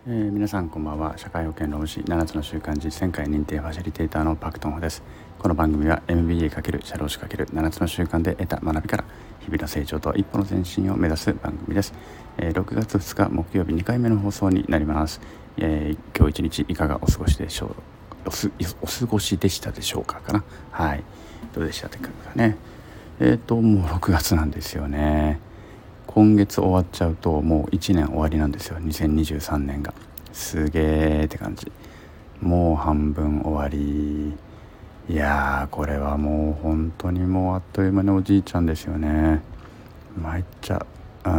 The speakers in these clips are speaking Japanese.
皆さんこんばんは。社会保険労務士7つの習慣実践会認定ファシリテーターのパクトンホです。この番組は MBA× 社労士 ×7 つの習慣で得た学びから日々の成長と一歩の前進を目指す番組です。6月2日木曜日2回目の放送になります。今日一日いかがお過ごしでしょうお過ごしでしたでしょうかはい、どうでしたかね。もう6月なんですよね。今月終わっちゃうともう1年終わりなんですよ。2023年がすげーって感じ。もう半分終わり。いやー、これはもう本当にもうあっという間におじいちゃんですよね。参っちゃ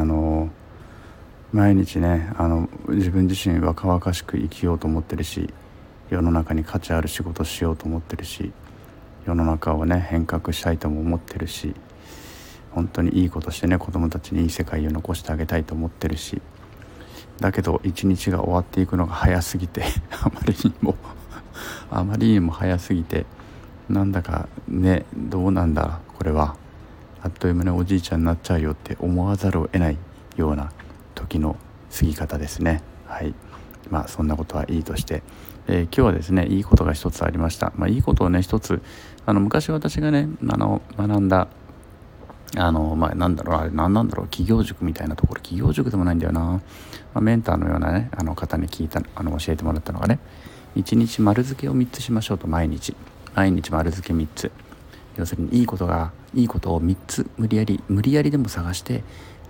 毎日ね自分自身若々しく生きようと思ってるし、世の中に価値ある仕事しようと思ってるし、世の中をね変革したいとも思ってるし、本当にいいことしてね子供たちにいい世界を残してあげたいと思ってるし、だけど一日が終わっていくのが早すぎてあまりにも早すぎて、なんだかね、どうなんだこれは、あっという間におじいちゃんになっちゃうよって思わざるを得ないような時の過ぎ方ですね。はい、そんなことはいいとして、今日はですねいいことが一つありました。いいことをね一つ、昔私がね学んだなんだろうあれ何なんだろう、企業塾みたいなところ、企業塾でもないんだよな、メンターのようなね方に教えてもらったのがね、1日丸付けを3つしましょうと。毎日丸付け3つ、要するにいいことを3つ無理やりでも探して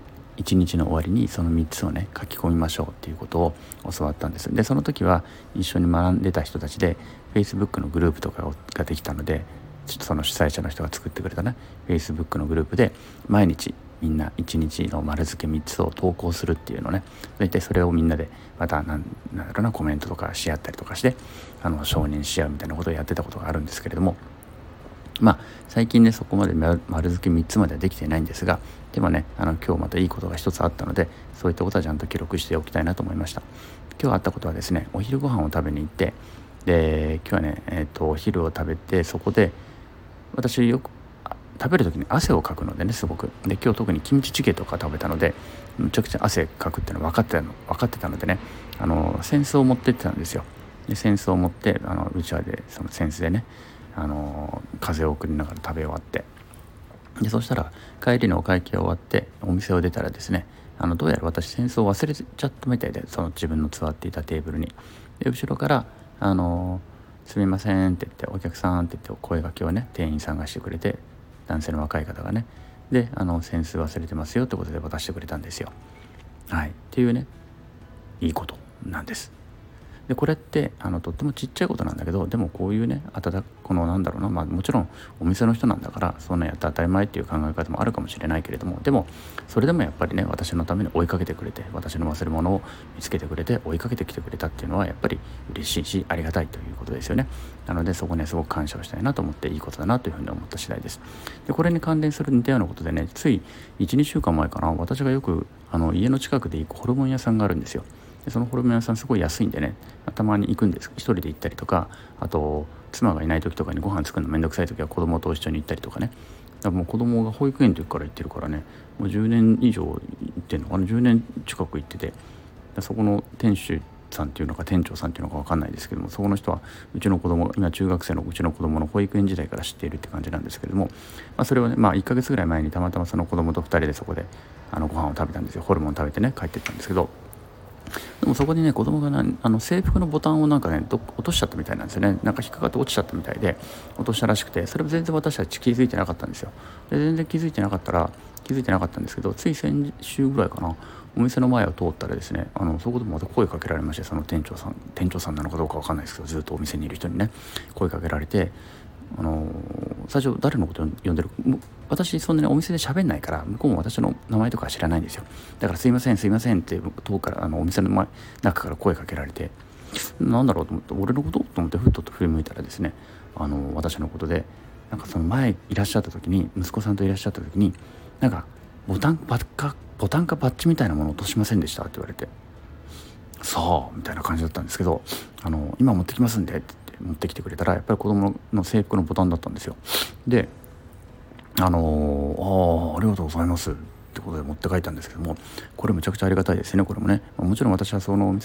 1日の終わりにその3つをね書き込みましょうっていうことを教わったんです。でその時は一緒に学んでた人たちで Facebook のグループとかができたので、ちょっとその主催者の人が作ってくれたね Facebook のグループで毎日みんな1日の丸付け3つを投稿するっていうのね。大体それをみんなでまたなんだろうな、コメントとかし合ったりとかして承認し合うみたいなことをやってたことがあるんですけれども、最近ねそこまで丸付け3つまではできていないんですが、でもね今日またいいことが一つあったので、そういったことはちゃんと記録しておきたいなと思いました。今日あったことはですね、お昼ご飯を食べに行って、で今日はね、お昼を食べて、そこで私よく食べる時に汗をかくのでね、すごくで今日特にキムチチゲとか食べたのでむちゃくちゃ汗かくっていうの分かってたのでね、扇子を持ってってたんですよ。で扇子を持ってうちわでその扇子でね風を送りながら食べ終わって、でそしたら帰りのお会計終わってお店を出たらですね、どうやら私扇子を忘れちゃったみたいで、その自分の座っていたテーブルに、で後ろからすみませんって言って、お客さんって言って声掛けをね店員さんがしてくれて、男性の若い方がね、で扇子忘れてますよってことで渡してくれたんですよ。はい、っていうねいいことなんです。でこれってとってもちっちゃいことなんだけど、でもこういうねこのなんだろうな、もちろんお店の人なんだからそんなやって当たり前っていう考え方もあるかもしれないけれども、でもそれでもやっぱりね私のために追いかけてくれて、私の忘れ物を見つけてくれて追いかけてきてくれたっていうのはやっぱり嬉しいしありがたいということですよね。なのでそこねすごく感謝をしたいなと思って、いいことだなというふうに思った次第です。でこれに関連する似たようなことでね、つい 1,2 週間前かな、私がよく家の近くで行くホルモン屋さんがあるんですよ。でそのホルモン屋さんすごい安いんでね、たまに行くんです。一人で行ったりとか、あと妻がいない時とかにご飯作るのめんどくさい時は子供と一緒に行ったりとかね。だからもう子供が保育園の時から行ってるからね、もう10年以上行ってんのかな、10年近く行ってて、そこの店主さんっていうのか店長さんっていうのか分かんないですけども、そこの人はうちの子供、今中学生のうちの子供の保育園時代から知っているって感じなんですけども、それをね1ヶ月ぐらい前にたまたまその子供と2人でそこでご飯を食べたんですよ。ホルモン食べてね帰ってったんですけど、でもそこにね子供が制服のボタンを落としちゃったみたいなんですよね。引っかかって落ちちゃったみたいで落としたらしくて、それも全然私たち気づいてなかったんですよ。で全然気づいてなかったんですけど、つい先週ぐらいかな、お店の前を通ったらですねそこでもまた声かけられまして、その店長さんなのかどうか分かんないですけど、ずっとお店にいる人にね声かけられて、最初誰のこと呼んでる、私そんなにお店で喋んないから向こうも私の名前とかは知らないんですよ。だからすいませんって遠くからお店の中から声かけられて、なんだろうと思って、俺のことと思ってふっと振り向いたらですね私のことで、その前いらっしゃった時に息子さんといらっしゃった時にボタンかバッジみたいなもの落としませんでしたって言われて、さあみたいな感じだったんですけど、今持ってきますんでって言って持ってきてくれたら、やっぱり子供の制服のボタンだったんですよ。でありがとうございますってことで持って帰ったんですけども、これむちゃくちゃありがたいですね。これもね、もちろん私はそのお店に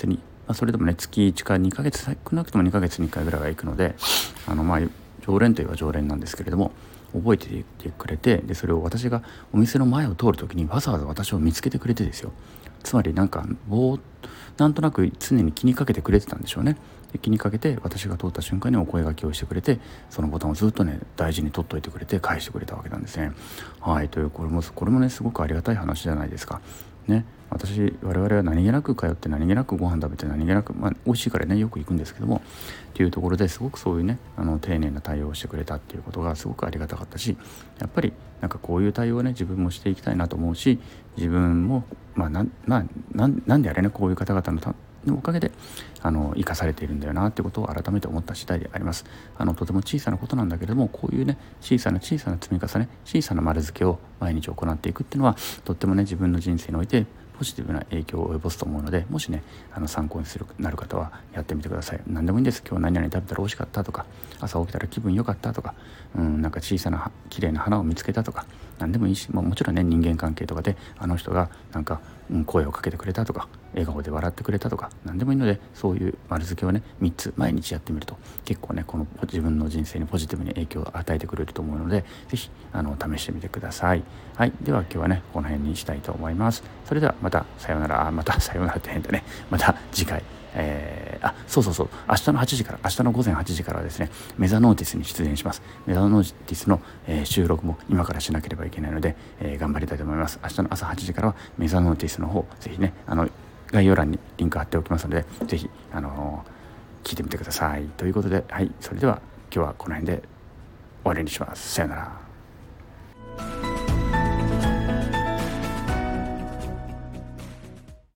それでもね月1か2ヶ月、少なくとも2ヶ月に1回ぐらいは行くので、常連といえば常連なんですけれども、覚えていてくれて、でそれを私がお店の前を通る時にわざわざ私を見つけてくれてですよ。つまりなんとなく常に気にかけてくれてたんでしょうね。で気にかけて、私が通った瞬間にお声掛けをしてくれて、そのボタンをずっとね大事に取っといてくれて返してくれたわけなんですね。というこれもねすごくありがたい話じゃないですかね。我々は何気なく通って何気なくご飯食べて何気なく、美味しいからねよく行くんですけどもっていうところですごくそういうね丁寧な対応をしてくれたっていうことがすごくありがたかったし、やっぱりなんかこういう対応をね自分もしていきたいなと思うし、自分もなんであれねこういう方々のおかげで生かされているんだよなってことを改めて思った次第であります。とても小さなことなんだけれども、こういうね小さな積み重ね、小さな丸付けを毎日行っていくっていうのはとってもね自分の人生においてポジティブな影響を及ぼすと思うので、もしね参考になる方はやってみてください。何でもいいんです。今日何々食べたら美味しかったとか、朝起きたら気分良かったとか、なんか小さな綺麗な花を見つけたとか、何でもいいし、もちろんね人間関係とかであの人がなんか声をかけてくれたとか、笑顔で笑ってくれたとか、何でもいいので、そういう丸付けをね3つ毎日やってみると結構ねこの自分の人生にポジティブに影響を与えてくれると思うので、ぜひ試してみてください。では今日はねこの辺にしたいと思います。それではまたさようなら。またさようならって変だね。また次回。そう明日の8時から、明日の午前8時からはですね、メザノーティスに出演します。メザノーティスの、収録も今からしなければいけないので、頑張りたいと思います。明日の朝8時からはメザノーティスの方、ぜひね概要欄にリンク貼っておきますので、ぜひ聞いてみてください。ということで、それでは今日はこの辺で終わりにします。さようなら。